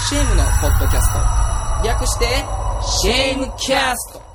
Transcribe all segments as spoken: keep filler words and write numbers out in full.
シェームのポッドキャスト、略してシェームキャスト。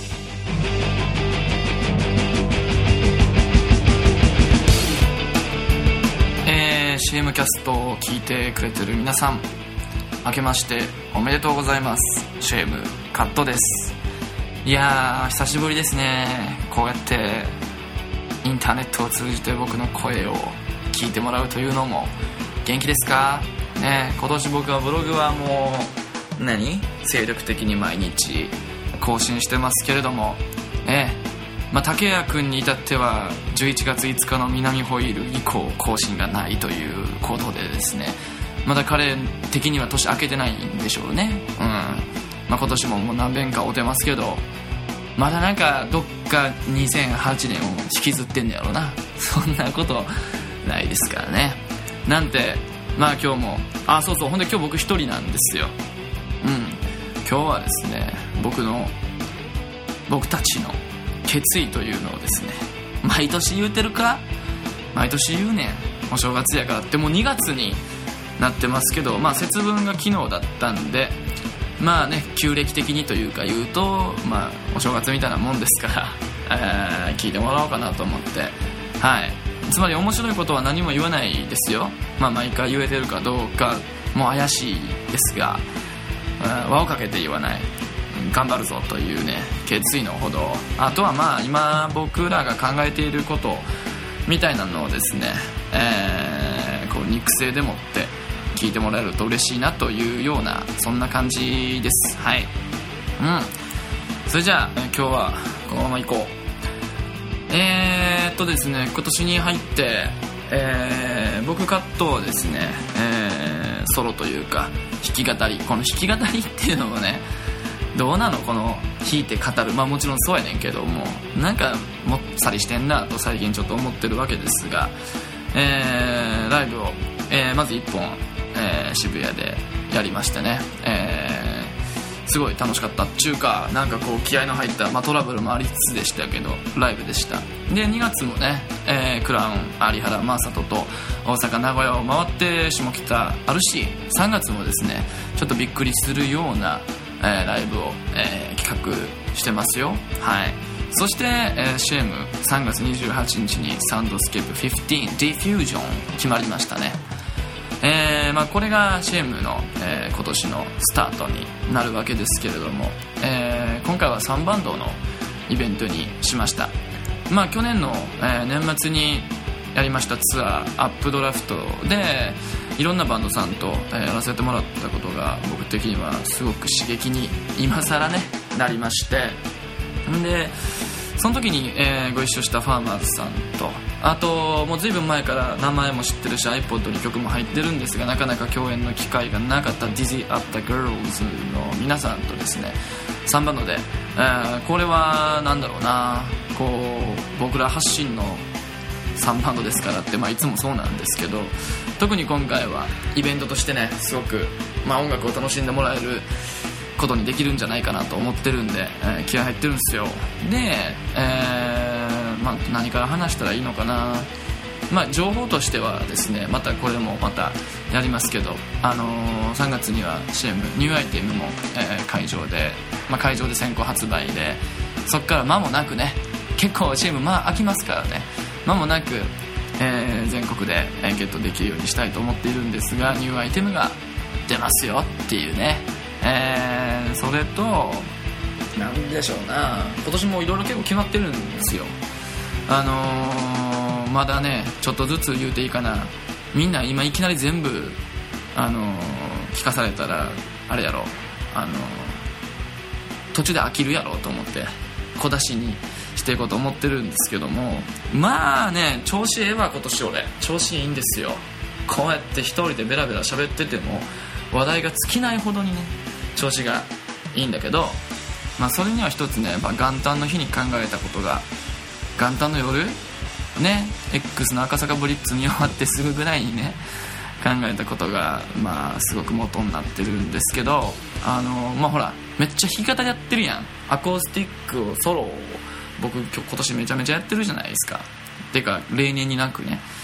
えー、シェームキャストを聞いてくれてる皆さん、明けましておめでとうございます。シェームカットです。いやー、久しぶりですね。こうやってインターネットを通じて僕の声を聞いてもらうというのも元気ですかね。今年僕はブログはもう何精力的に毎日更新してますけれどもね、まあ、竹谷くんに至ってはじゅういちがついつかの南ホイール以降更新がないということでですね、まだ彼的には年明けてないんでしょうね。うん、まあ、今年ももう何遍か会うてますけど、まだなんかどっかにせんはちねんを引きずってんねやろな。そんなことないですからね。なんて、まあ今日も、あ、そうそう、ほんで今日僕一人なんですよ。うん、今日はですね、僕の僕たちの決意というのをですね、毎年言うてるか毎年言うねん。お正月やからってもうにがつになってますけど、まあ節分が昨日だったんで、まあね、旧暦的にというか言うと、まあお正月みたいなもんですから、えー、聞いてもらおうかなと思って、はい。つまり面白いことは何も言わないですよ。まあ毎回言えてるかどうかも怪しいですが、輪をかけて言わない、頑張るぞというね、決意のほど、あとはまあ今僕らが考えていることみたいなのをですね、えー、こう肉声でもって聞いてもらえると嬉しいなというような、そんな感じです。はい。うん。それじゃあ今日はこのまま行こう。えーっとですね、今年に入って、えー、僕カットはですね、えー、ソロというか弾き語り、この弾き語りっていうのもね、どうなのこの弾いて語る、まあもちろんそうやねんけども、なんかもっさりしてんなと最近ちょっと思ってるわけですが、えー、ライブを、えー、まずいっぽん、えー、渋谷でやりましてね、えーすごい楽しかったっちゅうか、なんかこう気合の入った、まあ、トラブルもありつつでしたけどライブでした。でにがつもね、えー、クラウン有原正人と大阪名古屋を回って下北あるし、さんがつもですねちょっとびっくりするような、えー、ライブを、えー、企画してますよ。はい。そして、えー、シェームさんがつにじゅうはちにちにサウンドスケープじゅうごディフュージョン決まりましたね。えーまあ、これがシェームの、えー、今年のスタートになるわけですけれども、えー、今回はさんバンドのイベントにしました。まあ、去年の、えー、年末にやりましたツアーアップドラフトでいろんなバンドさんと、えー、やらせてもらったことが僕的にはすごく刺激に今更ねなりまして、んでその時に、えー、ご一緒したファーマーズさんと、あともう随分前から名前も知ってるし iPod に曲も入ってるんですがなかなか共演の機会がなかった Dizzy at the Girls の皆さんとですねさんバンドで、えー、これはなんだろうな、こう僕ら発信のさんバンドですからって、まあ、いつもそうなんですけど、特に今回はイベントとしてねすごく、まあ、音楽を楽しんでもらえることにできるんじゃないかなと思ってるんで、えー、気合入ってるんですよ。で、えーまあ、何から話したらいいのかな。まあ、情報としてはですね、またこれもまたやりますけど、あのー、さんがつには シーエム ニューアイテムも、えー、会場で、まあ、会場で先行発売で、そっから間もなくね、結構 シーエム まあ空きますからね、間もなく、えー、全国でゲットできるようにしたいと思っているんですが、ニューアイテムが出ますよっていうね。えー、それとなんでしょうな、今年もいろいろ結構決まってるんですよ。あのー、まだねちょっとずつ言うていいかな。みんな今いきなり全部、あのー、聞かされたらあれやろ、あのー、途中で飽きるやろと思って小出しにしていこうと思ってるんですけども、まあね調子ええわ今年。俺調子いいんですよ。こうやって一人でベラベラ喋ってても話題が尽きないほどにね調子がいいんだけど、まあ、それには一つね、まあ、元旦の日に考えたことが、元旦の夜ね X の赤坂ブリッツに終わってすぐぐらいにね考えたことが、まあすごく元になってるんですけど、あのまあほらめっちゃ弾き語りやってるやん。アコースティックをソロを僕今年めちゃめちゃやってるじゃないですか。てか例年になくね、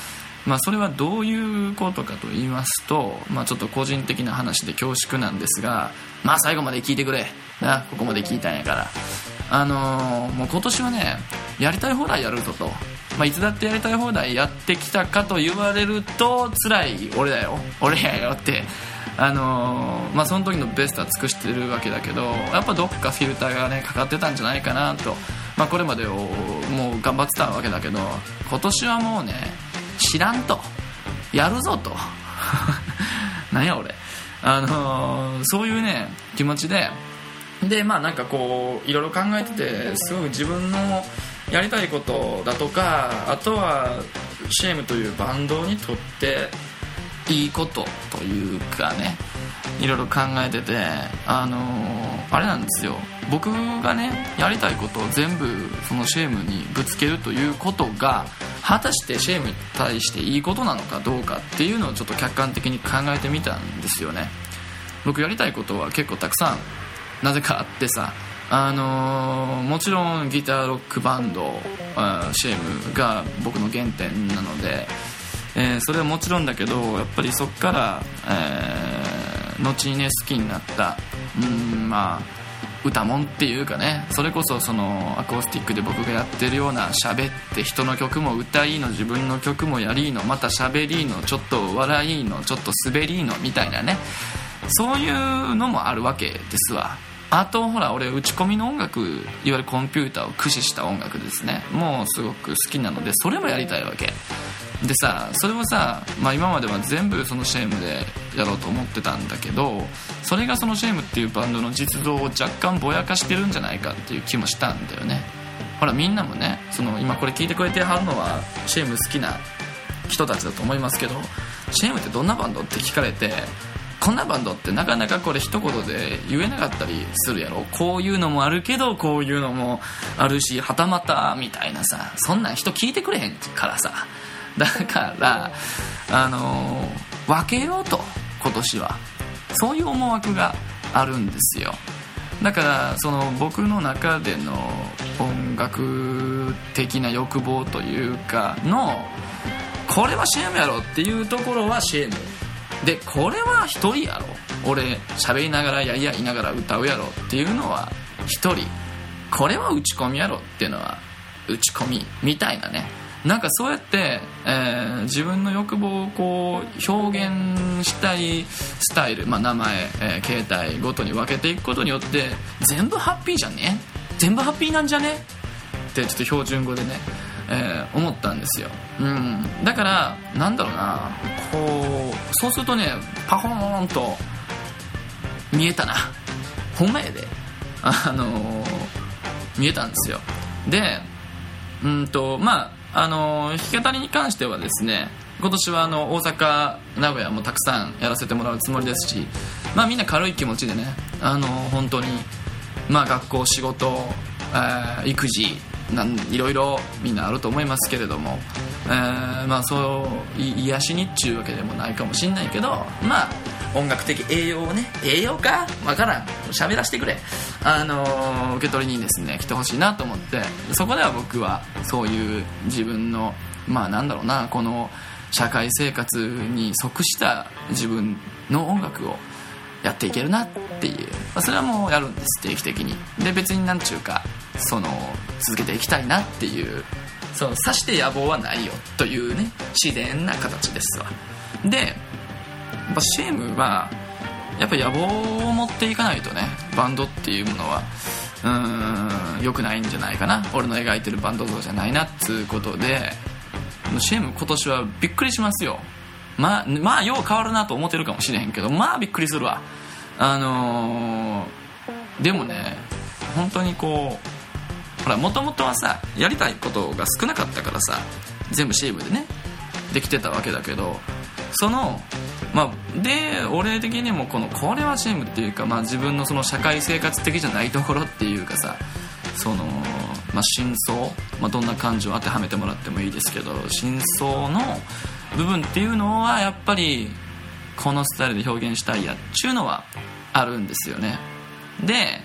まあ、それはどういうことかと言いますと、まあ、ちょっと個人的な話で恐縮なんですが、まあ最後まで聞いてくれな、ここまで聞いたんやから。あのー、もう今年はねやりたい放題やるぞと、まあ、いつだってやりたい放題やってきたかと言われると辛い俺だよ俺やよって、あのーまあ、その時のベストは尽くしてるわけだけど、やっぱどっかフィルターがねかかってたんじゃないかなと、まあ、これまでをもう頑張ってたわけだけど、今年はもうね知らんと、やるぞとなんや俺、あのー、そういうね気持ちででまあなんかこういろいろ考えてて、すごく自分のやりたいことだとか、あとはシェームというバンドにとっていいことというかね、いろいろ考えてて、あのー、あれなんですよ、僕がねやりたいことを全部そのシェームにぶつけるということが果たしてシェームに対していいことなのかどうかっていうのをちょっと客観的に考えてみたんですよね。僕やりたいことは結構たくさんなぜかあってさ、あのー、もちろんギターロックバンドシェームが僕の原点なので、えー、それはもちろんだけど、やっぱりそっから、えー、後にね好きになったうんまあ歌もんっていうかね、それこそそのアコースティックで僕がやってるような喋って人の曲も歌いの自分の曲もやりのまた喋りのちょっと笑いのちょっと滑りのみたいなね、そういうのもあるわけですわ。あとほら俺打ち込みの音楽、いわゆるコンピューターを駆使した音楽ですね、もうすごく好きなのでそれもやりたいわけでさ、それをさ、まあ、今までは全部そのシェームでやろうと思ってたんだけど、それがそのシェームっていうバンドの実像を若干ぼやかしてるんじゃないかっていう気もしたんだよね。ほらみんなもね、その今これ聞いてくれてはるのはシェーム好きな人たちだと思いますけど、シェームってどんなバンドって聞かれて、こんなバンドってなかなかこれ一言で言えなかったりするやろ。こういうのもあるけどこういうのもあるし、はたまたみたいなさ、そんなん人聞いてくれへんからさ、だからあのー、分けようと今年はそういう思惑があるんですよ。だからその僕の中での音楽的な欲望というかの、これはシェームやろっていうところはシェームで、これは一人やろ、俺喋りながらやいやいながら歌うやろっていうのは一人、これは打ち込みやろっていうのは打ち込みみたいなね、なんかそうやって、えー、自分の欲望をこう表現したいスタイル、まあ、名前、えー、形態ごとに分けていくことによって全部ハッピーじゃね、全部ハッピーなんじゃねってちょっと標準語でね、えー、思ったんですよ、うん、だからなんだろうな、こうそうするとねパコーンと見えたな、ほんまやで、あのー、見えたんですよ。でうんとまああの弾き語りに関してはですね、今年はあの大阪名古屋もたくさんやらせてもらうつもりですし、まあみんな軽い気持ちでね、あの本当にまあ学校仕事、えー、育児なんいろいろみんなあると思いますけれども、えー、まあそう癒しにっちゅうわけでもないかもしんないけど、まあ音楽的栄養をね、栄養かわからん、喋らせてくれ、あのー、受け取りにですね来てほしいなと思って、そこでは僕はそういう自分のまあなんだろうな、この社会生活に即した自分の音楽をやっていけるなっていう、まあ、それはもうやるんです、定期的に。で別になんちゅうかその続けていきたいなっていう、そうさして野望はないよというね自然な形ですわ。でやっぱシェームはやっぱ野望を持っていかないとね、バンドっていうものはうーん良くないんじゃないかな、俺の描いてるバンド像じゃないなっつうことで、シェーム今年はびっくりしますよ。まあまあよう変わるなと思ってるかもしれへんけど、まあびっくりするわ。あのー、でもね本当にこうほらもともとはさやりたいことが少なかったからさ全部シェームでねできてたわけだけど、そのまあで俺的にもこのこれはシェームっていうか、まあ自分のその社会生活的じゃないところっていうかさ、そのまあ真相、まあどんな感情を当てはめてもらってもいいですけど、真相の部分っていうのはやっぱりこのスタイルで表現したいやっちゅうのはあるんですよね。で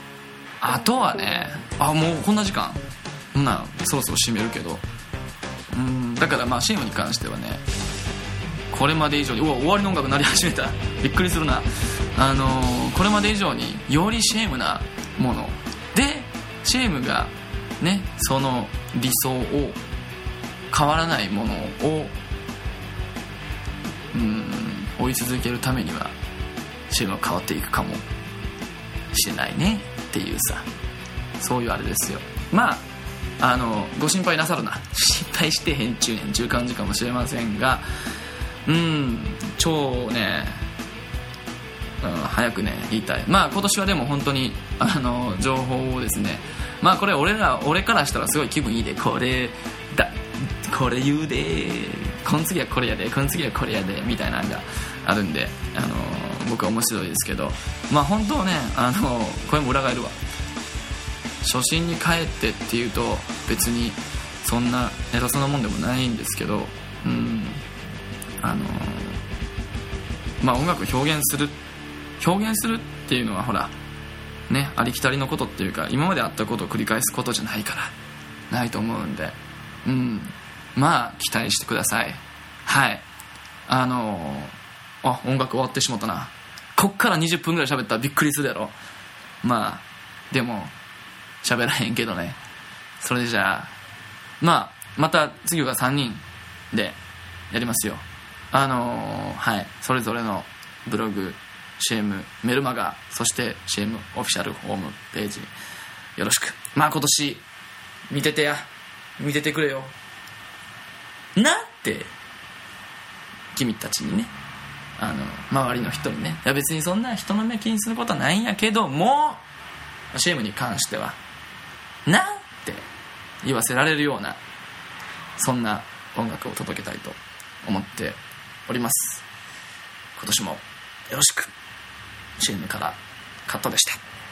あとはね、あもうこんな時間ほんなそろそろ締めるけど、 うんだからまあ シーエム に関してはね、これまで以上に、うわ終わりの音楽鳴り始めた、びっくりするな。あのー、これまで以上によりシェームなもので、シェームがねその理想を変わらないものをうん追い続けるためにはシェームは変わっていくかもしれないねっていうさ、そういうあれですよ。まああのご心配なさるな、心配してへんちゅうねんちゅう感じかもしれませんが、うん超ね、うん、早くね言いたい。まあ今年はでも本当にあの情報をですね、まあこれ俺ら俺からしたらすごい気分いいで、これだこれ言うで、この次はこれやで、この次はこれやでみたいなのがあるんで、あの僕は面白いですけど、まあ本当ね、あのこれも裏返るわ、初心に帰ってっていうと別にそんな偉そうなもんでもないんですけど、うんあのまあ音楽を表現する表現するっていうのはほらね、ありきたりのことっていうか、今まであったことを繰り返すことじゃないからないと思うんで、うんまあ期待してください。はい、あのあ音楽終わってしまったな。こっからにじゅっぷんぐらい喋ったらびっくりするやろ。まあでも喋らへんけどね。それじゃあまあまた次はさんにんでやりますよ。あのー、はいそれぞれのブログ、シェーム、メルマガ、そしてシェームオフィシャルホームページよろしく。まあ今年見ててや見ててくれよなって君たちにね、あの周りの人にね、いや別にそんな人の目気にすることはないんやけども、シェームに関してはなって言わせられるようなそんな音楽を届けたいと思っております。今年もよろしく。シェームからカットでした。